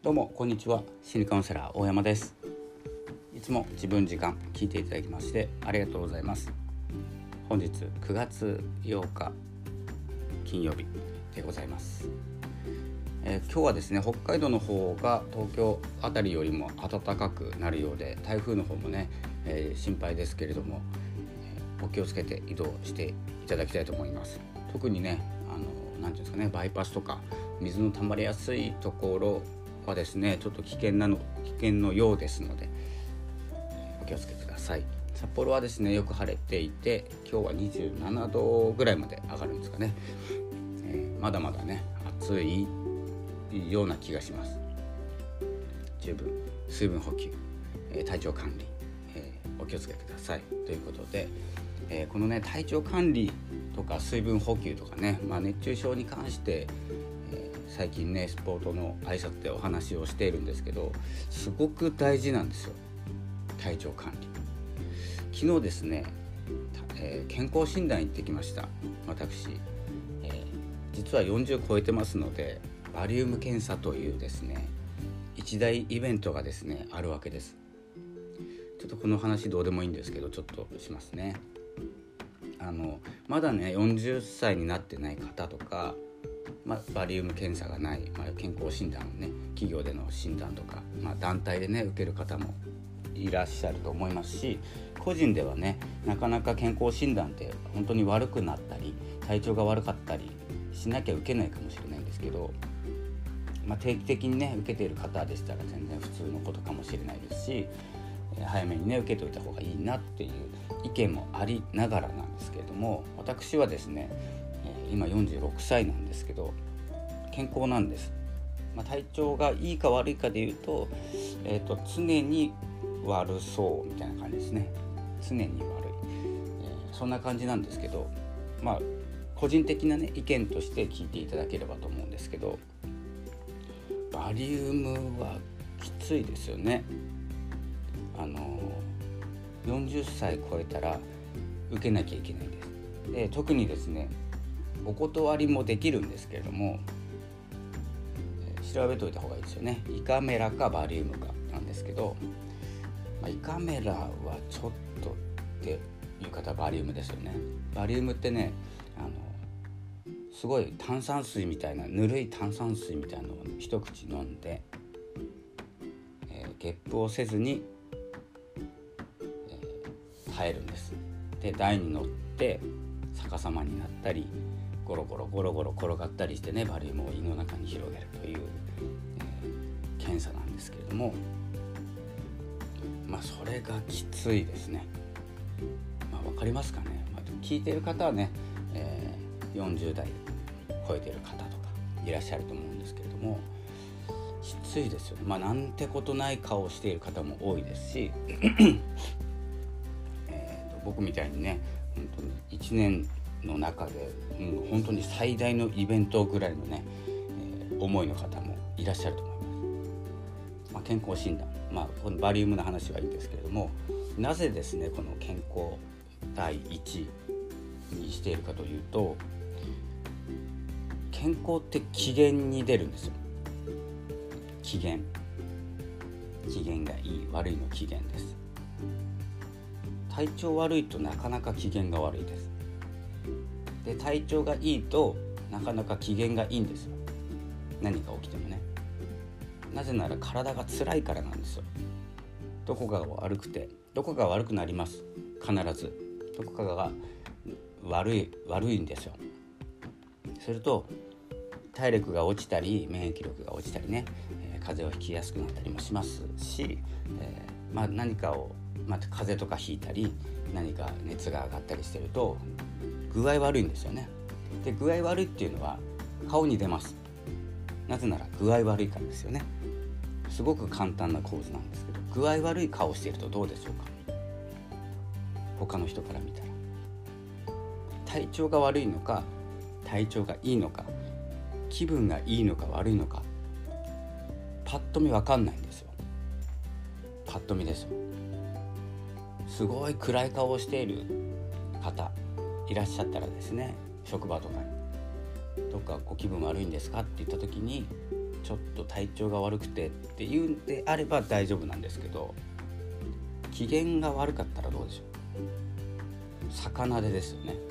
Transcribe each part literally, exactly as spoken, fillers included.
どうもこんにちは。心理カウンセラー大山です。いつも自分時間聞いていただきましてありがとうございます。本日くがつようか金曜日でございます。えー、今日はですね、北海道の方が東京あたりよりも暖かくなるようで、台風の方もね、えー、心配ですけれども、えー、お気をつけて移動していただきたいと思います。特にね、あのなんていうんですかね、バイパスとか水の溜まりやすいところはですね、ちょっと危険なの危険のようですので、お気をつけください。札幌はですね、よく晴れていて、今日はにじゅうななどぐらいまで上がるんですかね。えー、まだまだね、暑いような気がします。十分水分補給、えー、体調管理、えー、お気をつけくださいということで、えー、このね、体調管理とか水分補給とかね、まあ、熱中症に関して、えー、最近ねスポートの挨拶でお話をしているんですけど、すごく大事なんですよ、体調管理。昨日ですね、えー、健康診断行ってきました。私、えー、実はよんじゅう超えてますので、バリウム検査というですね、一大イベントがですねあるわけです。ちょっとこの話どうでもいいんですけど、ちょっとしますね。あのまだねよんじゅっさいになってない方とか、まあ、バリウム検査がない、まあ、健康診断をね、企業での診断とか、まあ、団体でね受ける方もいらっしゃると思いますし、個人ではね、なかなか健康診断って本当に悪くなったり体調が悪かったりしなきゃ受けないかもしれないんですけど、まあ、定期的にね受けている方でしたら全然普通のことかもしれないですし、早めにね受けておいた方がいいなっていう意見もありながらなんですけれども、私はですね、今よんじゅうろくさいなんですけど、健康なんです。まあ、体調がいいか悪いかでいうと、えーと、常に悪そうみたいな感じですね。常に悪い、えー、そんな感じなんですけど、まあ個人的なね意見として聞いていただければと思うんですけど、バリウムはきついですよね。あのよんじゅっさい超えたら受けなきゃいけないんです。で、特にですね、お断りもできるんですけれども、えー、調べといた方がいいですよね。胃カメラかバリウムかなんですけど、まあ、胃カメラはちょっとっていう方はバリウムですよね。バリウムってね、あのすごい炭酸水みたいな、ぬるい炭酸水みたいなのを一口飲んで、えー、ゲップをせずに耐えるんです。で、台に乗って逆さまになったり、ゴロゴロゴロゴロ転がったりしてね、バリウムを胃の中に広げるという、えー、検査なんですけれども、まあそれがきついですね。まあわかりますかね。まあ、聞いている方はね、えー、よんじゅうだい超えている方とかいらっしゃると思うんですけれども、きついですよね。まあなんてことない顔をしている方も多いですし僕みたいにね、本当にいちねんの中で、うん、本当に最大のイベントぐらいのね、えー、思いの方もいらっしゃると思います。まあ、健康診断、まあ、このバリウムの話はいいんですけれども、なぜですねこの健康だいいちいにしているかというと、健康って機嫌に出るんですよ。機嫌機嫌がいい悪いの機嫌です。体調悪いとなかなか機嫌が悪いです。で、体調がいいとなかなか機嫌がいいんですよ。何が起きてもね。なぜなら体が辛いからなんですよ。どこかが悪くて、どこかが悪くなります。必ずどこかが悪い悪いんですよ。すると体力が落ちたり、免疫力が落ちたりね、えー、風邪をひきやすくなったりもしますし、えーまあ、何かをまあ、風邪とかひいたり、何か熱が上がったりしてると具合悪いんですよね。で、具合悪いっていうのは顔に出ます。なぜなら具合悪いからですよね。すごく簡単な構図なんですけど、具合悪い顔しているとどうでしょうか。他の人から見たら体調が悪いのか体調がいいのか、気分がいいのか悪いのか、パッと見分かんないんですよ。パッと見ですよ。すごい暗い顔をしている方いらっしゃったらですね、職場とかにどっかご気分悪いんですかって言った時に、 ちょっと体調が悪くてっていうんであれば大丈夫なんですけど、機嫌が悪かったらどうでしょう。魚でですよね。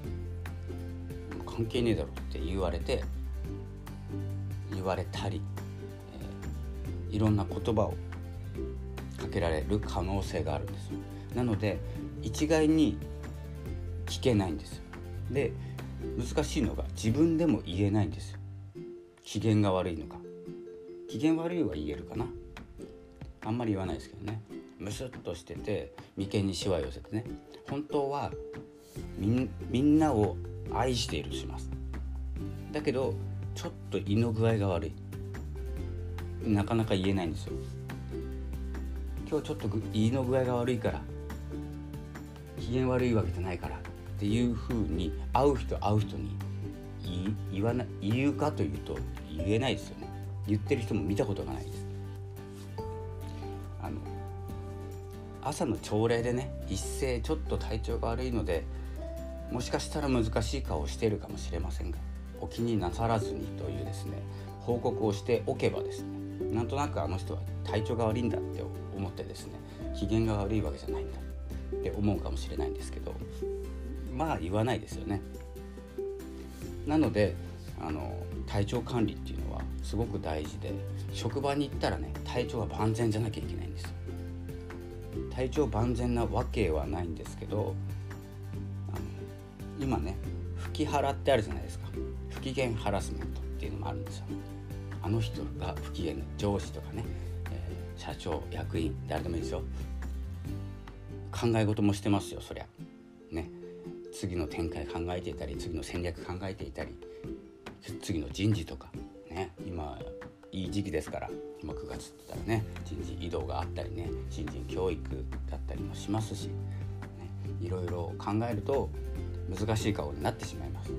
関係ねえだろって言われて言われたり、えー、いろんな言葉をかけられる可能性があるんですよ。なので一概に聞けないんですよ。で、難しいのが自分でも言えないんですよ。機嫌が悪いのか。機嫌悪いは言えるかな。あんまり言わないですけどね。ムスッとしてて眉間にしわ寄せてね、本当はみ ん, みんなを愛しているとします。だけどちょっと胃の具合が悪い、なかなか言えないんですよ。今日ちょっと胃の具合が悪いから機嫌悪いわけじゃないからっていう風に会う人会う人に 言, 言わな言うかというと言えないですよね。言ってる人も見たことがないです。あの朝の朝礼でね、一斉ちょっと体調が悪いのでもしかしたら難しい顔をしているかもしれませんが、お気になさらずにというですね報告をしておけばですね、なんとなくあの人は体調が悪いんだって思ってですね、機嫌が悪いわけじゃないんだって思うかもしれないんですけど、まあ言わないですよね。なのであの体調管理っていうのはすごく大事で、職場に行ったらね体調が万全じゃなきゃいけないんですよ。体調万全なわけはないんですけど、あの今ね不機ハラってあるじゃないですか。不機嫌ハラスメントっていうのもあるんですよ。あの人が不機嫌な上司とかね、えー、社長役員誰でもいいですよ。考え事もしてますよ、そりゃね。次の展開考えていたり、次の戦略考えていたり、次の人事とかね、今いい時期ですから、今くがつって言ったらね人事異動があったりね、新人教育だったりもしますし、ね、いろいろ考えると難しい顔になってしまいます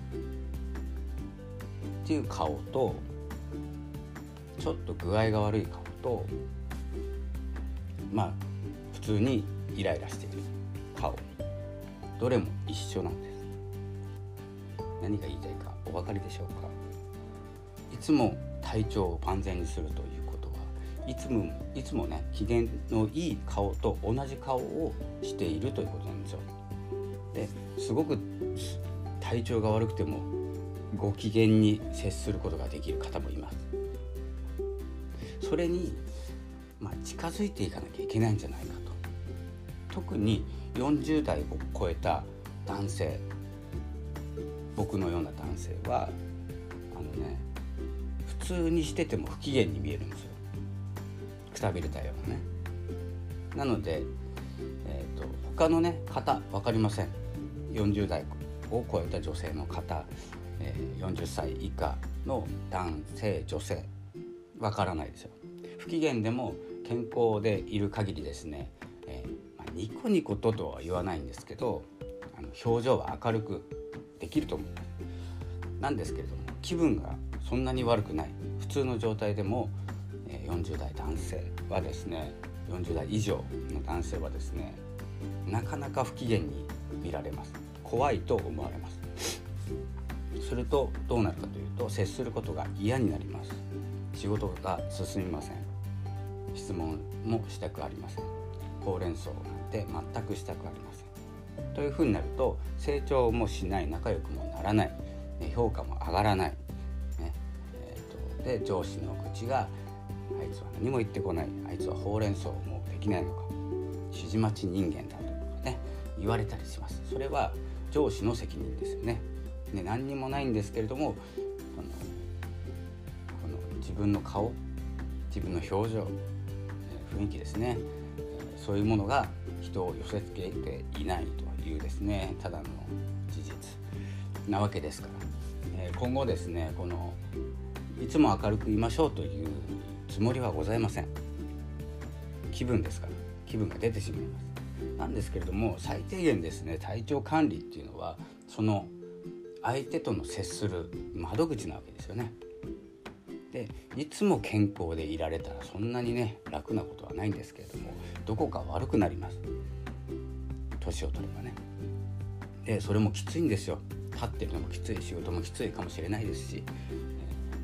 っていう顔と、ちょっと具合が悪い顔と、まあ普通にイライラしている顔、どれも一緒なんです。何が言いたいかお分かりでしょうか。いつも体調を万全にするということはいつもいつもね機嫌のいい顔と同じ顔をしているということなんですよ。ですごく体調が悪くてもご機嫌に接することができる方もいます。それに、まあ、近づいていかなきゃいけないんじゃないかと。特によんじゅう代を超えた男性、僕のような男性はあのね普通にしてても不機嫌に見えるんですよ。くたびれたようなね。なので、えーと、他のね方分かりません。よんじゅう代を超えた女性の方、えー、よんじゅっさい以下の男性女性分からないですよ。不機嫌でも健康でいる限りですね、えーまあ、ニコニコととは言わないんですけど、あの表情は明るくできると思うなんですけれども、気分がそんなに悪くない普通の状態でも、えー、よんじゅう代男性はですね、よんじゅう代以上の男性はですね、なかなか不機嫌に見られます。怖いと思われます。するとどうなるかというと、接することが嫌になります。仕事が進みません。質問もしたくありません。ほうれん草なんて全くしたくありません。というふうになると成長もしない、仲良くもならない、評価も上がらない、ねえー、とで上司の口があいつは何も言ってこない、あいつはほうれん草もできないのか、指示待ち人間だとかね言われたりします。それは上司の責任ですよね。ね、何にもないんですけれども、このこの自分の顔、自分の表情、雰囲気ですね、そういうものが人を寄せ付けていないというですね、ただの事実なわけですから、えー、今後ですね、このいつも明るくいましょうというつもりはございません。気分ですから、気分が出てしまいます。なんですけれども、最低限ですね、体調管理っていうのはその相手との接する窓口なわけですよね。で、いつも健康でいられたらそんなにね楽なことはないんですけれども、どこか悪くなります。年を取ればね。で、それもきついんですよ。立ってるのもきつい、仕事もきついかもしれないですし、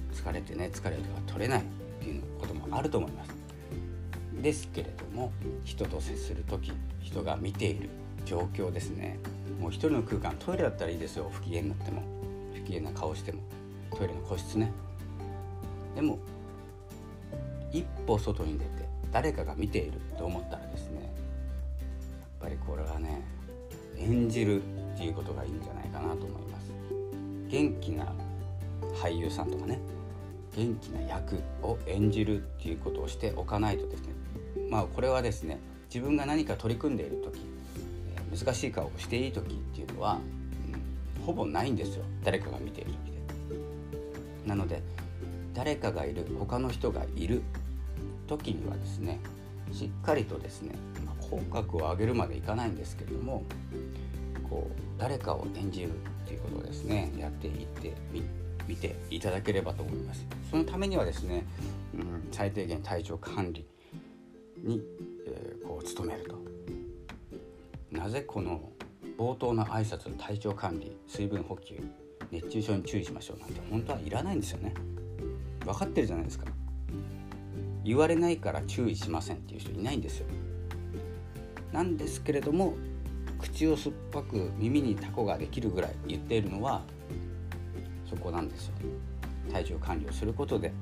疲れてね疲れが取れないっていうこともあると思います。ですけれども、人と接するとき、人が見ている状況ですね。もう一人の空間、トイレだったらいいですよ。不機嫌になっても、不機嫌な顔しても、トイレの個室ね。でも一歩外に出て誰かが見ていると思ったらですね、やっぱりこれはね、演じるっていうことがいいんじゃないかなと思います。元気な俳優さんとかね、元気な役を演じるっていうことをしておかないとですね、まあこれはですね、自分が何か取り組んでいる時、えー、難しい顔をしていい時っていうのは、うん、ほぼないんですよ。誰かが見ている時で。なので誰かがいる、他の人がいる時にはですね、しっかりとですね、まあ、口角を上げるまでいかないんですけれども、こう誰かを演じるっていうことをですね、やっていってみ見ていただければと思います。そのためにはですね、うん、最低限体調管理に、えー、こう努めると。なぜこの冒頭の挨拶、体調管理、水分補給、熱中症に注意しましょうなんて本当はいらないんですよね。分かってるじゃないですか。言われないから注意しませんっていう人いないんですよ。なんですけれども、口を酸っぱく耳にタコができるぐらい言っているのはそこなんですよ。体調管理をすることで、ね、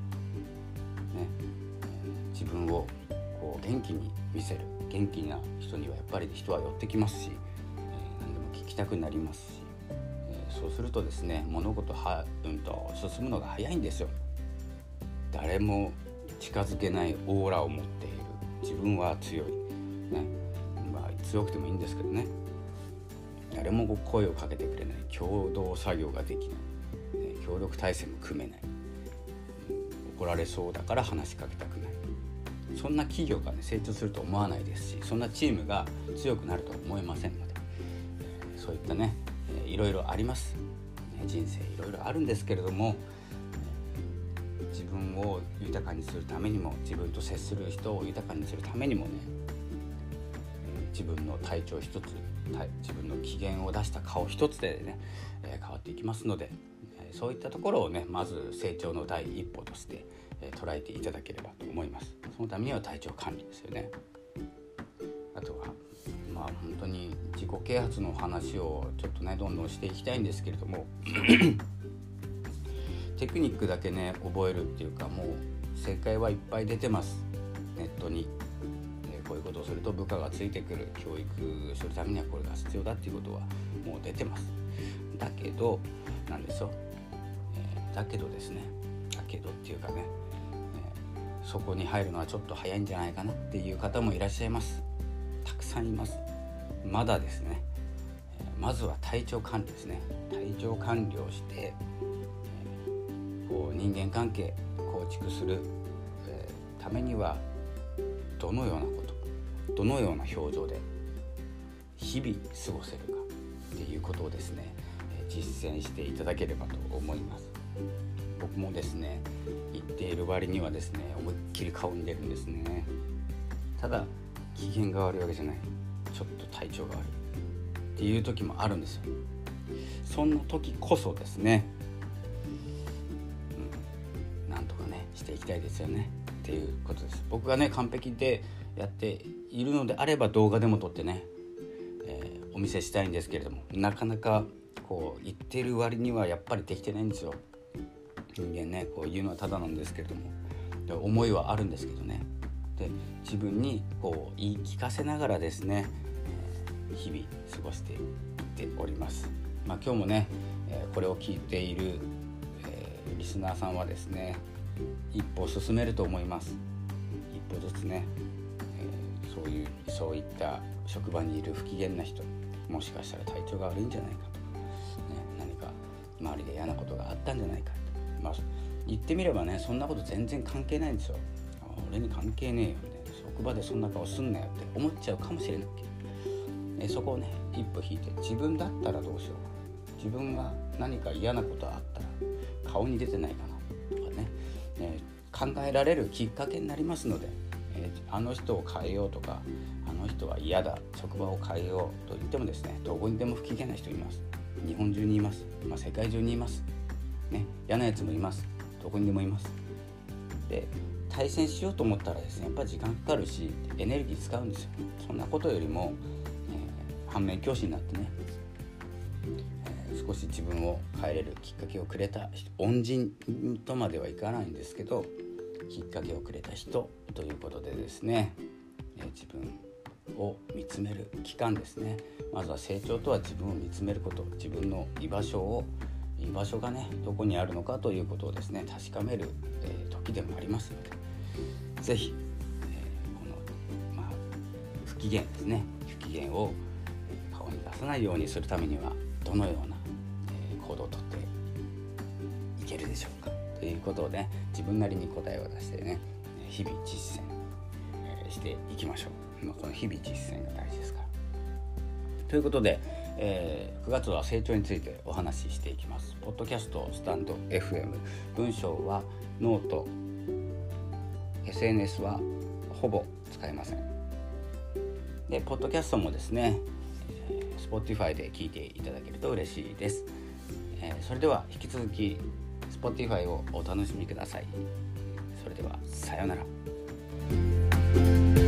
自分をこう元気に見せる。元気な人にはやっぱり人は寄ってきますし、えー、何でも聞きたくなりますし、えー、そうするとですね、物事は、うんと進むのが早いんですよ。誰も近づけないオーラを持っている。自分は強い、ね、まあ強くてもいいんですけどね、誰も声をかけてくれない、共同作業ができない、ね、協力体制も組めない、うん、怒られそうだから話しかけたくない、そんな企業が、ね、成長すると思わないですし、そんなチームが強くなるとは思えませんので、えー、そういったね、えー、いろいろあります、ね、人生いろいろあるんですけれども、自分を豊かにするためにも、自分と接する人を豊かにするためにもね、自分の体調一つ、自分の機嫌を出した顔一つでね、変わっていきますので、そういったところをね、まず成長の第一歩として捉えていただければと思います。そのためには体調管理ですよね。あとはまあ本当に自己啓発の話をちょっとね、どんどんしていきたいんですけれどもテクニックだけね覚えるっていうか、もう正解はいっぱい出てます、ネットに。こういうことをすると部下がついてくる、教育するためにはこれが必要だっていうことはもう出てます。だけどなんですよ、えー、だけどですねだけどっていうかね、えー、そこに入るのはちょっと早いんじゃないかなっていう方もいらっしゃいます。たくさんいます。まだですね、えー、まずは体調管理ですね。体調管理をしてこう人間関係構築する、えー、ためにはどのようなこと、どのような表情で日々過ごせるかっていうことをですね、えー、実践していただければと思います。僕もですね、言っている割にはですね、思いっきり顔に出るんですね。ただ機嫌が悪いわけじゃない、ちょっと体調が悪いっていう時もあるんですよ。そんな時こそですね、していきたいですよねっていうことです。僕がね完璧でやっているのであれば動画でも撮ってね、えー、お見せしたいんですけれども、なかなかこう言ってる割にはやっぱりできてないんですよ。人間ね、こう言うのはただなんですけれども、で思いはあるんですけどね。で自分にこう言い聞かせながらですね、えー、日々過ごしていっております。まあ今日もね、えー、これを聞いている、えー、リスナーさんはですね、一歩進めると思います。一歩ずつね、えー、そういうそういった職場にいる不機嫌な人、もしかしたら体調が悪いんじゃないかと、ね、何か周りで嫌なことがあったんじゃないかと、まあ言ってみればね、そんなこと全然関係ないんですよ。俺に関係ねえよみたいな、職場でそんな顔すんなよって思っちゃうかもしれないけど、えー、そこをね一歩引いて、自分だったらどうしようか、自分が何か嫌なことあったら顔に出てないかなとかね、えー、考えられるきっかけになりますので、えー、あの人を変えようとか、あの人は嫌だ、職場を変えようと言ってもですね、どこにでも不機嫌な人います。日本中にいます、まあ、世界中にいます、ね、嫌なやつもいます。 どこにでもいます。で対戦しようと思ったらですね、やっぱり時間かかるしエネルギー使うんですよ。そんなことよりも、えー、反面教師になってね、えー、少し自分を変えれるきっかけをくれた恩人とまではいかないんですけど、きっかけをくれた人ということでですね、えー、自分を見つめる期間ですね。まずは成長とは自分を見つめること、自分の居場所を居場所がねどこにあるのかということをですね確かめる、えー、時でもありますので、ぜひ、えー、この、まあ、不機嫌ですね不機嫌を顔に出さないようにするためにはどのような、えー、行動をとっていけるでしょうかということをね、自分なりに答えを出してね、日々実践、えー、していきましょう。まあ、この日々実践が大事ですから。ということで、えー、くがつは成長についてお話ししていきます。ポッドキャスト、スタンド エフエム、 文章はノート、 エスエヌエス はほぼ使えません。でポッドキャストもですね、えー、Spotify で聞いていただけると嬉しいです。えー、それでは引き続き Spotify をお楽しみください。それではさようなら。